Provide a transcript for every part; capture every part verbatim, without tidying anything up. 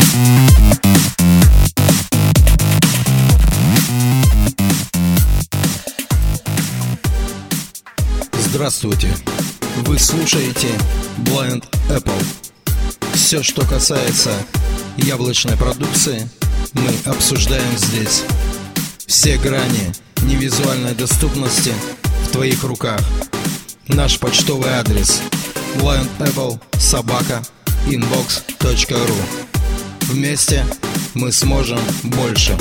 Здравствуйте! Вы слушаете Blind Apple. Все, что касается яблочной продукции, мы обсуждаем здесь. Все грани невизуальной доступности в твоих руках. Наш почтовый адрес blindapple собака inbox точка ру. Вместе мы сможем больше.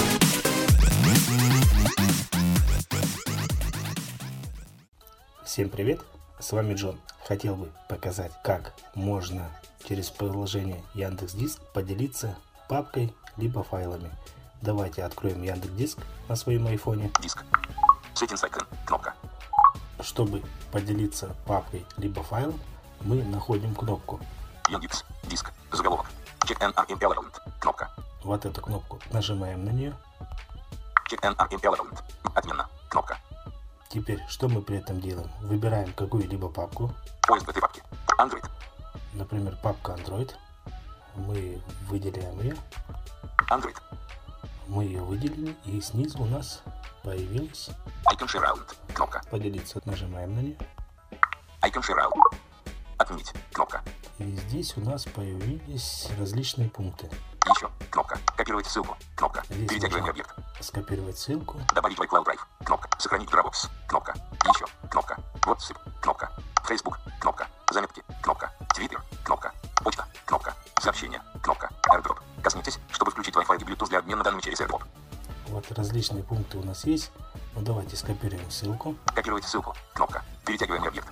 Всем привет, с вами Джон. Хотел бы показать, как можно через приложение Яндекс.Диск поделиться папкой либо файлами. Давайте откроем Яндекс.Диск на своем айфоне. Диск. Settings icon. Кнопка. Чтобы поделиться папкой либо файлом, мы находим кнопку. Яндекс. Диск. Заголовок. Check and are irrelevant. Кнопка. Вот эту кнопку. Нажимаем на нее. Check and are irrelevant. Отмена. Кнопка. Теперь, что мы при этом делаем? Выбираем какую-либо папку. Поиск в этой папке. Android. Например, папка Android. Мы выделяем ее. Android. Мы ее выделили, и снизу у нас появилась Icon Share Round. Кнопка. Поделиться. Нажимаем на нее. Icon Share Round. Отменить. Кнопка. И здесь у нас появились различные пункты. Еще. Кнопка. Копировать ссылку. Кнопка. Здесь Перетягивание объект. Скопировать ссылку. Добавить в iCloud Drive. Кнопка. Сохранить в Dropbox. Кнопка. Еще. Кнопка. WhatsApp. Кнопка. Facebook. Кнопка. Заметки. Кнопка. Twitter. Кнопка. Почта. Кнопка. Сообщения. Кнопка. AirDrop. Коснитесь, чтобы включить Wi-Fi и Bluetooth для обмена данными через AirDrop. Вот различные пункты у нас есть. Ну давайте скопируем ссылку. Копировать ссылку. Кнопка. Перетягивание объект.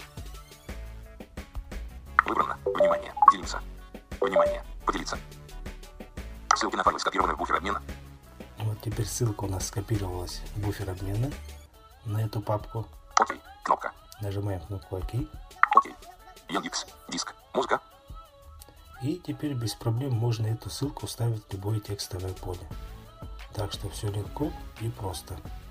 Выбрано. Внимание. Делиться. Внимание. Поделиться. Ссылки на файлы скопированы в буфер обмена. Вот теперь ссылка у нас скопировалась в буфер обмена на эту папку. Окей. Кнопка. Нажимаем кнопку ОК. Окей. Яндекс. Диск. Музыка. И теперь без проблем можно эту ссылку вставить в любое текстовое поле. Так что все легко и просто.